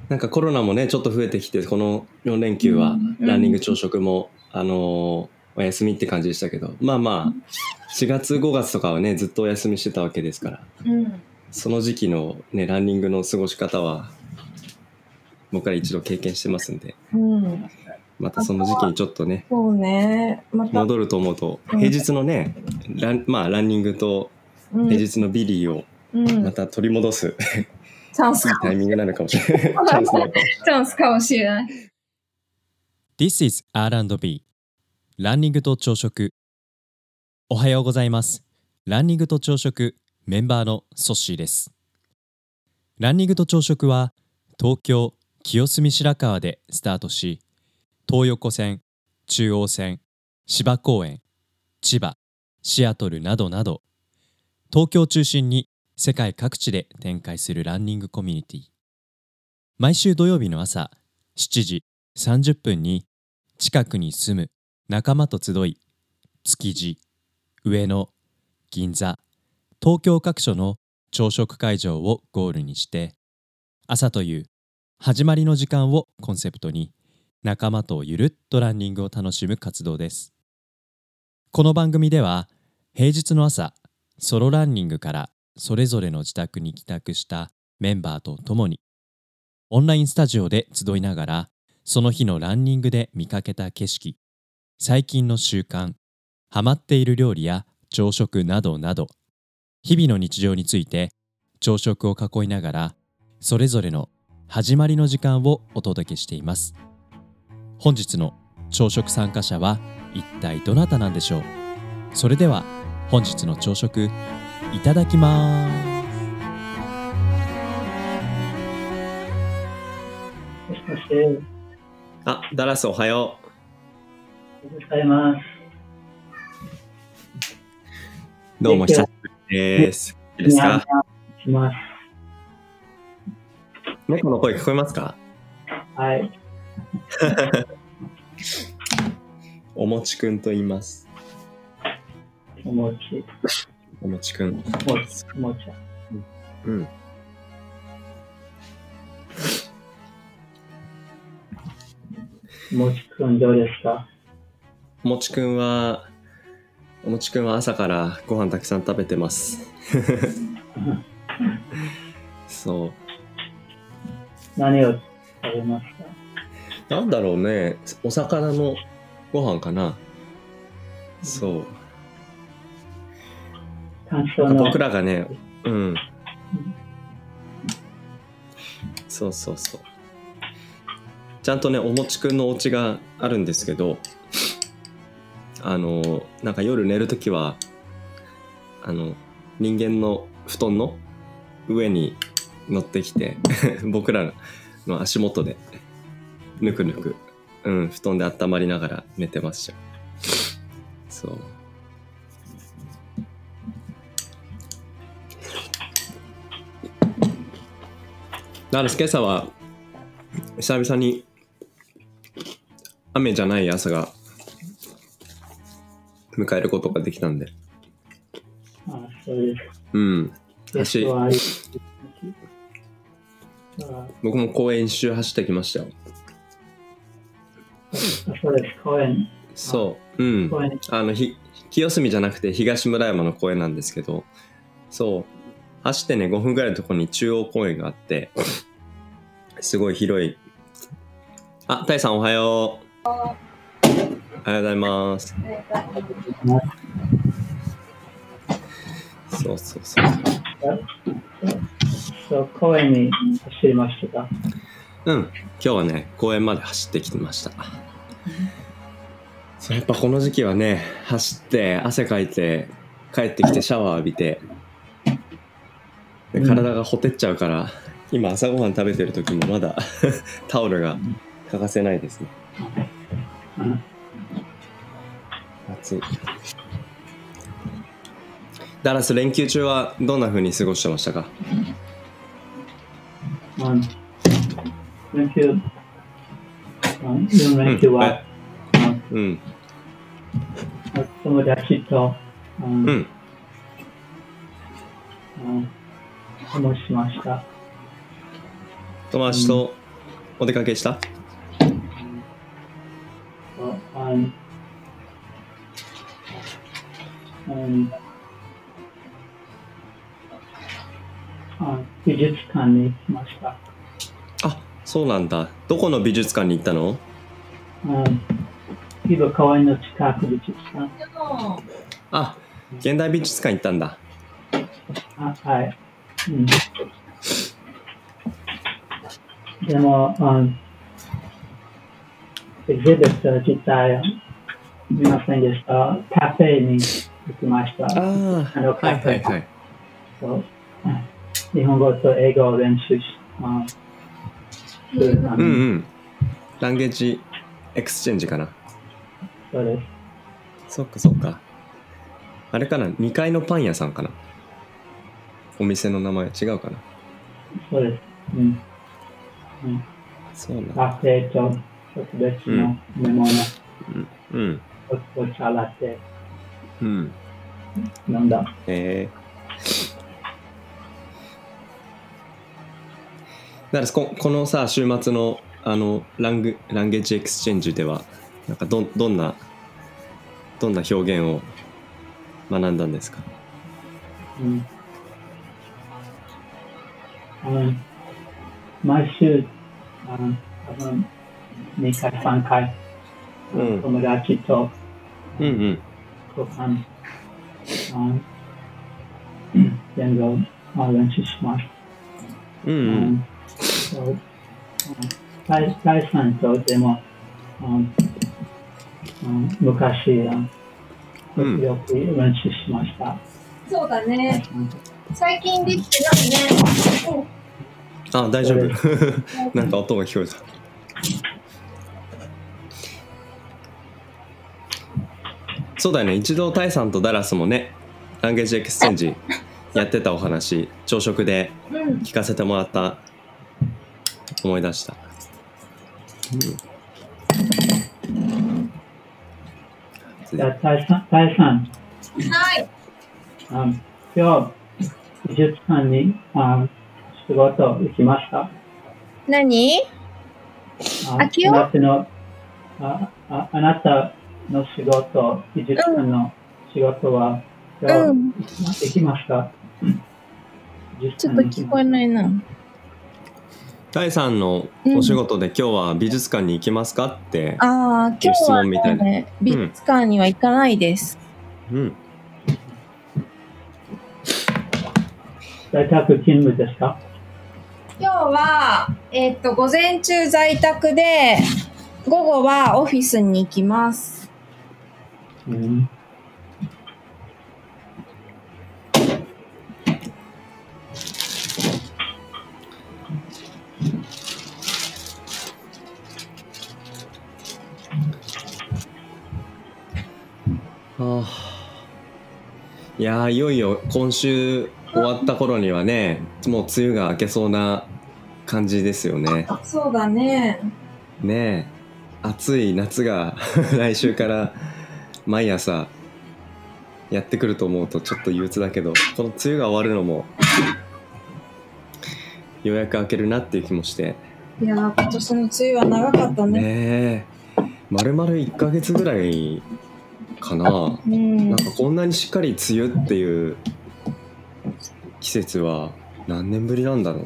なんかコロナもねちょっと増えてきて、この4連休はランニング朝食も、お休みって感じでしたけど、まあまあ4月5月とかはねずっとお休みしてたわけですから、その時期のねランニングの過ごし方は僕ら一度経験してますんで、またその時期にちょっとね、 そうね、また戻ると思うと、平日のねランニングと平日のビリーをまた取り戻す、 チャンスいいタイミングなのかもしれない。チャンスなのかもしれない。 チャンスかもしれない。 This is R&B ランニングと朝食。おはようございます。ランニングと朝食メンバーのソッシーです。ランニングと朝食は東京清澄白河でスタートし、東横線、中央線、芝公園、千葉、シアトルなどなど、東京を中心に世界各地で展開するランニングコミュニティ。毎週土曜日の朝7時30分に近くに住む仲間と集い、築地、上野、銀座、東京各所の朝食会場をゴールにして、朝という始まりの時間をコンセプトに仲間とゆるっとランニングを楽しむ活動です。この番組では平日の朝、ソロランニングからそれぞれの自宅に帰宅したメンバーと共にオンラインスタジオで集いながら、その日のランニングで見かけた景色、最近の習慣、ハマっている料理や朝食などなど、日々の日常について朝食を囲いながら、それぞれの始まりの時間をお届けしています。本日の朝食参加者は一体どなたなんでしょう。それでは本日の朝食いただきます。 もしもし。 あ、ダラスおはよおはようございます。 う。どうも久しぶりです。いいですか？ します。 猫の声聞こえますか？ はい。 おもちくんと言います。 おもち。 おもちくん。 おもちゃ。 うん。 おもちくんどうですか？ おもちくんは朝からご飯たくさん食べてます。そう。 何を食べますか？ なんだろうね、お魚のご飯かな。そう。 単調の。 僕らがね、そうそうそう。ちゃんとね、おもちくんのお家があるんですけど、なんか夜寝るときは、人間の布団の上に乗ってきて、僕らの足元でぬくぬく、布団で温まりながら寝てますじゃん。そう。だから今朝は久々に雨じゃない朝が迎えることができたんで。 あ、そうです。 僕も公園一周走ってきましたよ。 そうです、公園。 そう、清澄じゃなくて東村山の公園なんですけど、そう走ってね5分ぐらいのところに中央公園があって、すごい広い。あ、タイさんおはよう。おはようございます。そうそうそう。 そう、公園に走りましたか？ 今日はね公園まで走ってきてました。そう、やっぱこの時期はね、走って汗かいて帰ってきてシャワー浴びて、で体がほてっちゃうから、今朝ごはん食べてる時もまだタオルが欠かせないですね。暑い。ダラス連休中はどんな風に過ごしてましたか？ 連休は、友達と、過ごしました。 友達とお出かけした？ 美術館に行きました。 あ、そうなんだ。どこの美術館に行ったの？ 木戸川の近く美術館。 あ、現代美術館行ったんだ。 はい。でも、エグゼビット自体見ませんでした。カフェに行きました。 ああ、 カフェ、 はいはいはい。 そう日本語と英語を練習しランゲージエクスチェンジかな。 そうです。 そっかそっか。あれかな、2階のパン屋さんかな。お店の名前違うかな。 そうです。 そうなんだ。 カフェと特別の飲み物、お茶ラテ、飲んだ。 だからこのさ、週末のランゲージエクスチェンジではなんかどんな表現を学んだんですか？ 毎週多分2回3回、友達と交換言語を練習します。第3とでも昔よく練習しました。 そうだね。最近できてないね。 あ、大丈夫。なんか音が聞こえた。そうだよね。一度タイさんとダラスもね、ランゲージエクスチェンジやってたお話、朝食で聞かせてもらった、思い出した。 タイさん。 はい。 今日美術館に仕事行きました。 何？ あなたの仕事、美術館の仕事は今日行きました。 ちょっと聞こえないな。 タイさんのお仕事で今日は美術館に行きますかって今日質は問みたいな。 ね、美術館には行かないです。 在宅勤務ですか？ 今日は、午前中在宅で、午後はオフィスに行きます。 いやいよいよ今週終わった頃にはね、もう梅雨が明けそうな感じですよね。 そうだね。 ねえ、暑い夏が来週から毎朝やってくると思うとちょっと憂鬱だけど、この梅雨が終わるのもようやく明けるなっていう気もして。 いや今年の梅雨は長かったね。 ねえ、丸々1ヶ月ぐらいかな。なんかこんなにしっかり梅雨っていう季節は何年ぶりなんだろう。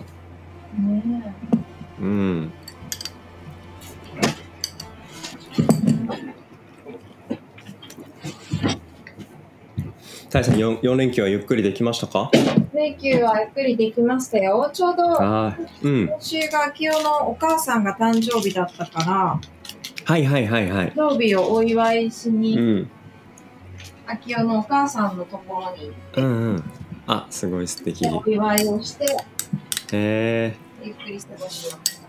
タイさん4連休はゆっくりできましたか？ 連休はゆっくりできましたよ。ちょうど今週が秋代のお母さんが誕生日だったから、誕生日をお祝いしに、秋代のお母さんのところに行って、 あ、すごい素敵。 お祝いをして、ゆっくり過ごしました。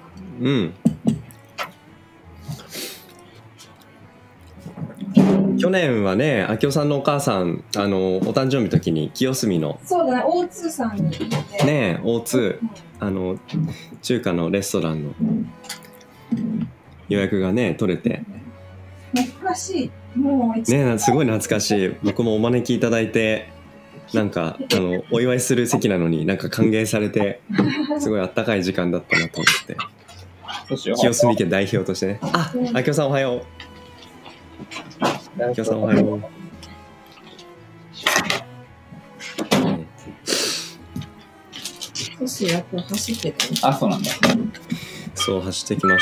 去年はね、秋代さんのお母さん、お誕生日の時に清澄のそうだね、O2 さんに行ってね、O2、中華のレストランの予約がね取れて、 懐かしい。もうね、すごい懐かしい。僕もお招きいただいて、なんかお祝いする席なのになんか歓迎されて、すごいあったかい時間だったなと思って。 清澄家代表としてね。あ、あきおさんおはよう。あきおさんおはよう。 少しやっぱ走ってた、ね。 あ、そうなんだ。 そう、走ってきました。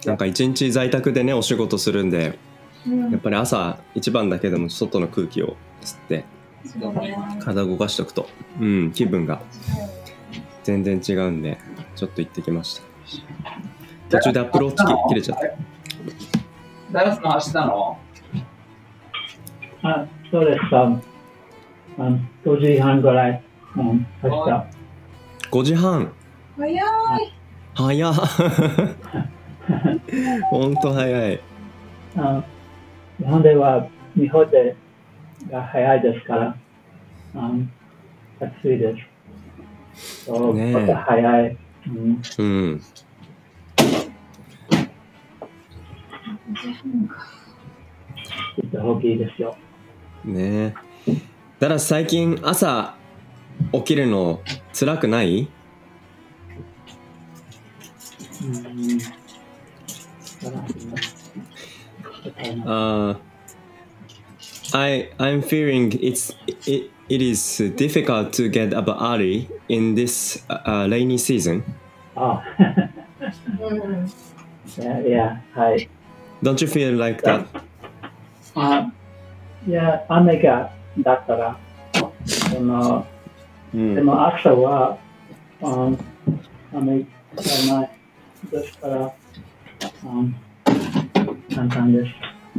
なんか一日在宅でね、お仕事するんで、やっぱり朝一番だけでも外の空気を吸って、体を動かしておくと、気分が全然違うんで、ちょっと行ってきました。途中でアップローチ切れちゃった。 ダラスの走ったの？ あ、そうです。5時半ぐらい、走った。 5時半。 早い。 早っ。ほんと早い。 日本でが早いですから、暑いです。そう、ね、早い。 うん。 大きいですよ。 ねえ。だから最近朝起きるの辛くない？I'm feeling it is difficult to get up early in this rainy season. Yeah, hi. Don't you feel like that? Yeah, 雨がだったら、でも朝は雨がないですから、簡単です。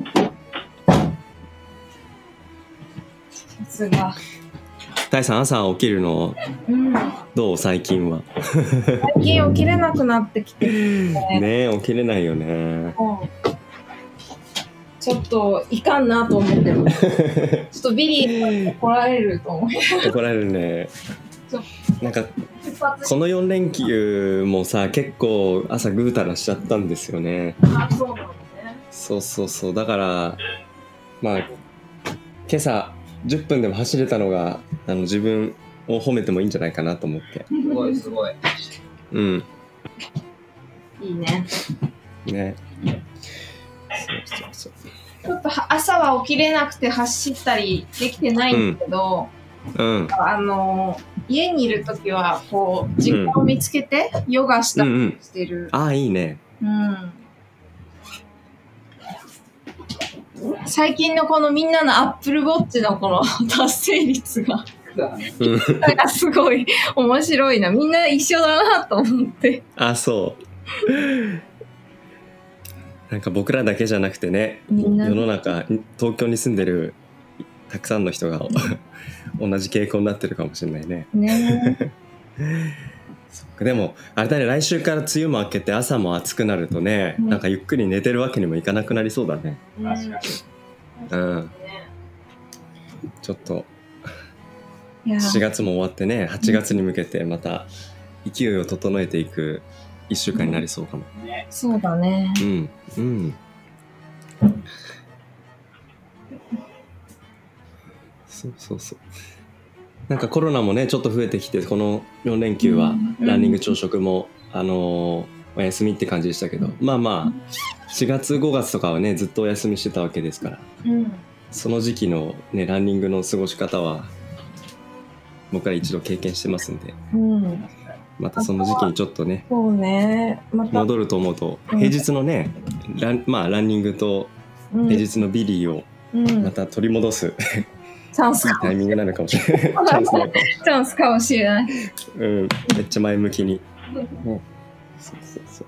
さすが。 大さん朝起きるの、どう最近は？ 最近起きれなくなってきてるね。起きれないよね。 ちょっといかんなと思ってます。ちょっとビリー怒られると思います。 怒られるね。なんかこの4連休もさ、結構朝ぐうたらしちゃったんですよね。 そうなのね。 そうだからまあ今朝10分でも走れたのが自分を褒めてもいいんじゃないかなと思って。 すごい。 いいね。 ね。 そう。ちょっと朝は起きれなくて走ったりできてないんだけど、家にいるときはこう時間を見つけてヨガしたりしてる。 いいね。 最近のこのみんなのアップルウォッチのこの達成率がなんかすごい面白いな。みんな一緒だなと思って。 そう。なんか僕らだけじゃなくてね、世の中東京に住んでるたくさんの人が同じ傾向になってるかもしれないね。でもあれだね、来週から梅雨も明けて朝も暑くなるとね、なんかゆっくり寝てるわけにもいかなくなりそうだね。ちょっと4月も終わってね、8月に向けてまた勢いを整えていく1週間になりそうかも。 そうだね。 そう。なんかコロナもねちょっと増えてきて、この4連休はランニング朝食もお休みって感じでしたけど、まあ4月5月とかはねずっとお休みしてたわけですから、その時期のねランニングの過ごし方は僕ら一度経験してますんで、またその時期にちょっとね、戻ると思うと平日のねランニングと平日のビリーをまた取り戻すいいタイミングなのかもしれない。 チャンスかもしれない。 めっちゃ前向きに。そう。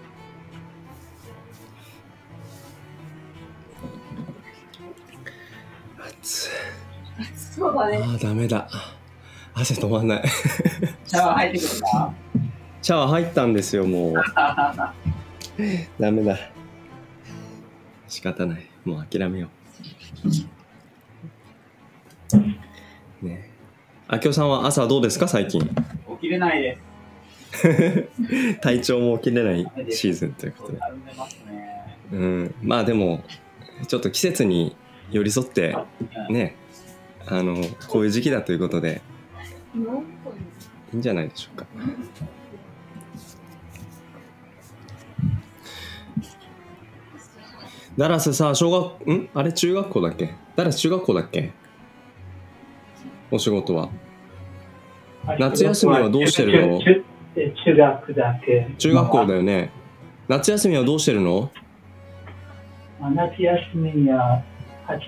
暑い。 そうだね。 ダメだ。汗止まんない。 シャワー入ってくるか？ シャワー入ったんですよ、もう。ダメだ。仕方ない。もう諦めよう。ね。あきおさんは朝どうですか、最近？ 起きれないです。 体調も起きれないシーズンということで。まあでもちょっと季節に寄り添ってね、こういう時期だということでいいんじゃないでしょうか。ダラスさ、あれ中学校だっけ？ダラス中学校だっけ？お仕事は。夏休みはどうしてるの？ 中学だけ。 中学校だよね。夏休みはどうしてるの？ 夏休みは8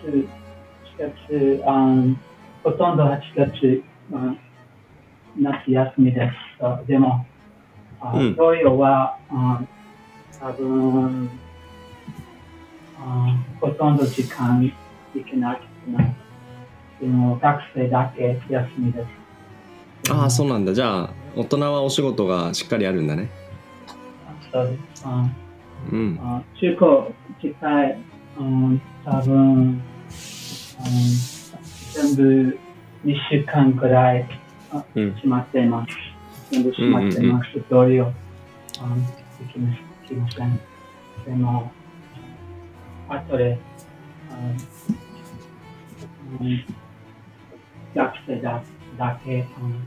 月、ほとんど8月、夏休みです。でも、土曜は多分ほとんど時間できなくて、でも学生だけ休みです。 ああ、そうなんだ。じゃあ大人はお仕事がしっかりあるんだね。 そうです。中高時代、多分全部2週間くらい閉まっています。全部閉まっています。土曜できません。でも後で学生だけ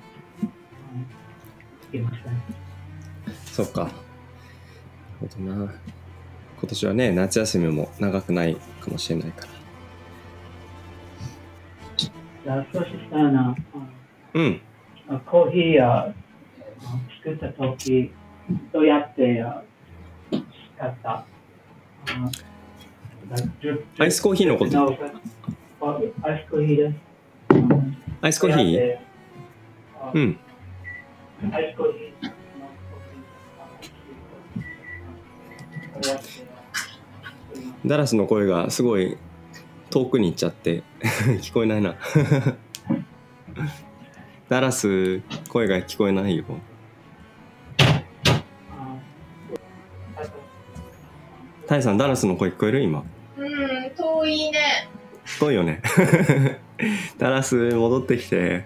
できません。 そっか。大人。今年はね、夏休みも長くないかもしれないから。 そうしたら、コーヒー作ったとき、どうやって使ったアイスコーヒーのこと。 アイスコーヒーです。 アイスコーヒー？ アイスコーヒー。 ダラスの声がすごい遠くに行っちゃって聞こえないなダラス声が聞こえないよ。タイさん、ダラスの声聞こえる？今。 遠いね。 遠いよねダラス戻ってきて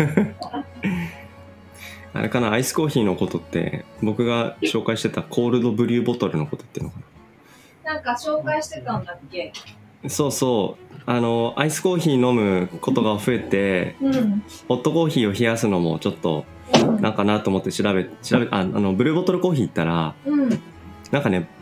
あれかな、アイスコーヒーのことって僕が紹介してたコールドブリューボトルのことっていうのかな。なんか紹介してたんだっけ？ そうそう、アイスコーヒー飲むことが増えて、ホットコーヒーを冷やすのもちょっとなんかなと思って調べブルーボトルコーヒー行ったら、なんかね、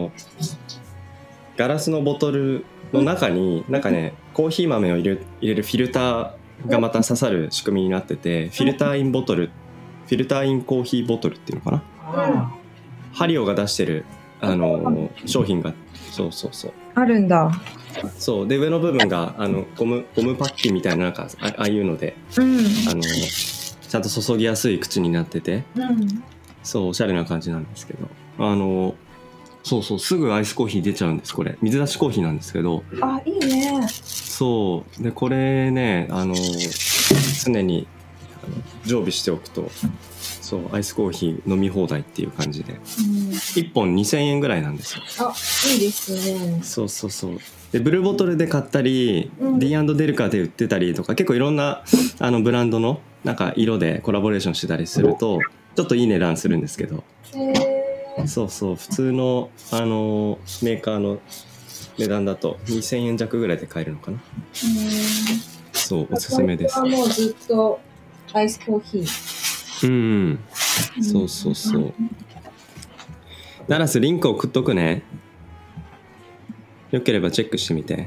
ガラスのボトルの中になんかね、コーヒー豆を入れるフィルターがまた刺さる仕組みになってて、フィルターインコーヒーボトルっていうのかな、ハリオが出してる商品がそうあるんだ。 そうで、上の部分がゴムパッキンみたいな、なんかああいうので、ちゃんと注ぎやすい口になってて、そうおしゃれな感じなんですけど、そうすぐアイスコーヒー出ちゃうんです。これ水出しコーヒーなんですけど。 あ、いいね。 そうで、これね、常に常備しておくと、そうアイスコーヒー飲み放題っていう感じで、1本2000円ぐらいなんですよ。 あ、いいですね。 そうで、ブルーボトルで買ったり、D& デルカで売ってたりとか、結構いろんなブランドのなんか色でコラボレーションしてたりするとちょっといい値段するんですけど、そう普通のメーカーの値段だと2000円弱ぐらいで買えるのかな。そうおすすめです。 もうずっとアイスコーヒー。 そうダラスリンク送っとくね。よければチェックしてみて。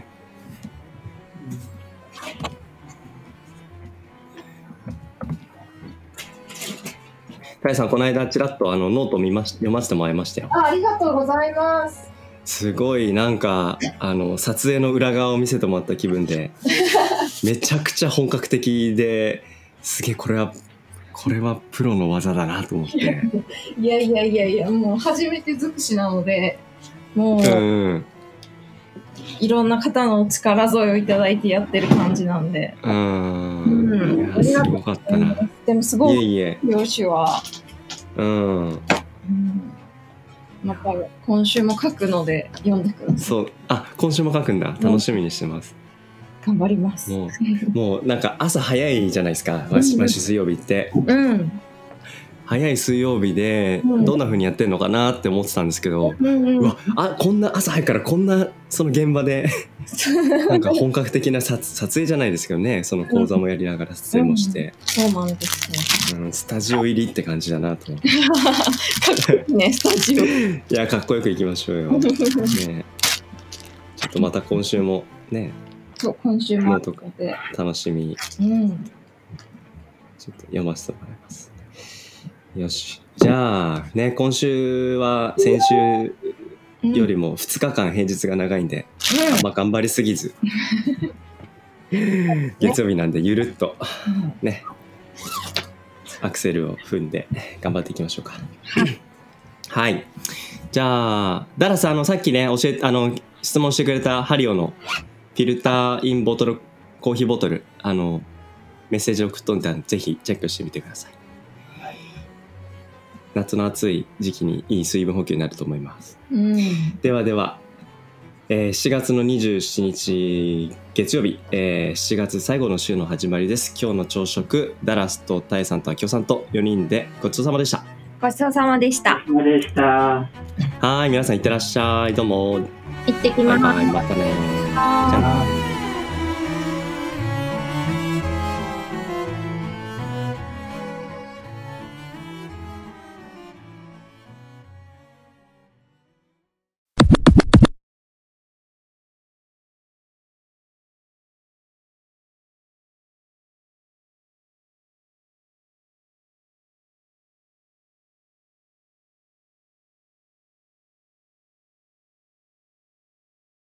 カイさん、この間ちらっとノート読ませてもらいましたよ。 ありがとうございます。 すごいなんか撮影の裏側を見せてもらった気分でめちゃくちゃ本格的で、すげえこれはプロの技だなと思って。 いやもう初めて尽くしなので、もう、いろんな方の力添えをいただいてやってる感じなんで。いやすごかったな。 でもすごい表紙は。また今週も書くので読んでください。 そう、今週も書くんだ。楽しみにしてます。 頑張ります。 もうなんか朝早いじゃないですか、毎週水曜日って。 早い水曜日でどんな風にやってるのかなって思ってたんですけど、うわこんな朝早くからこんなその現場でなんか本格的な撮影じゃないですけどね、その講座もやりながら撮影もして、 そうなんですね、 スタジオ入りって感じだなと思ってかっこいいねスタジオいやかっこよくいきましょうよ、ね、ちょっとまた今週もね、 そう今週も楽しみ、ちょっと読ませてもらいます。よし、じゃあね、今週は先週よりも2日間平日が長いんで、あんま頑張りすぎず月曜日なんでゆるっとね、アクセルを踏んで頑張っていきましょうか。はい、じゃあダラさん、さっきね質問してくれたハリオのフィルターインボトルコーヒーボトルメッセージ送っといたらぜひチェックしてみてください。夏の暑い時期にいい水分補給になると思います、ではでは、7月の27日月曜日、7月最後の週の始まりです。今日の朝食、ダラスとタエさんとアキオさんと4人でごちそうさまでした。 ごちそうさまでした。 はい、皆さんいってらっしゃい。どうも行ってきます。 バイバイ、またね。じゃあ